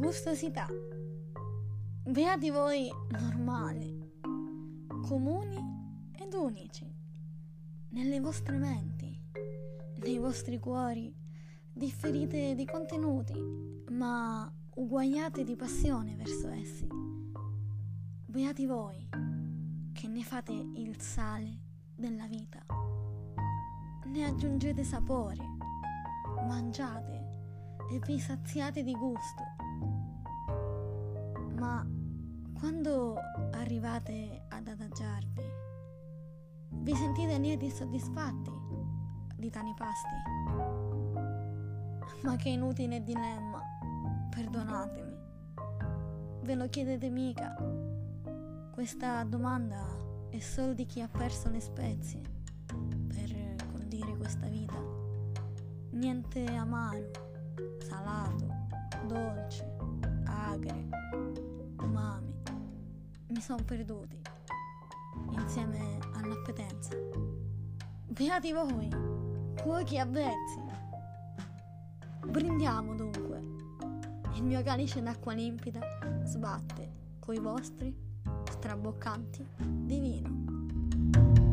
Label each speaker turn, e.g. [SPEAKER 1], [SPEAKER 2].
[SPEAKER 1] Gustosità. Beati voi normali, comuni ed unici, nelle vostre menti, nei vostri cuori, differite di contenuti, ma uguagliate di passione verso essi. Beati voi che ne fate il sale della vita, ne aggiungete sapore, mangiate e vi saziate di gusto. Ma quando arrivate ad adagiarvi, vi sentite lieti e soddisfatti di tali pasti? Ma che inutile dilemma, perdonatemi, ve lo chiedete mica? Questa domanda è solo di chi ha perso le spezie per condire questa vita. Niente amaro, salato, dolce, agre, umami, mi son perduti insieme all'appetenza. Beati voi, cuochi avvezzi. Brindiamo dunque. Il mio calice d'acqua limpida sbatte coi vostri straboccanti di vino.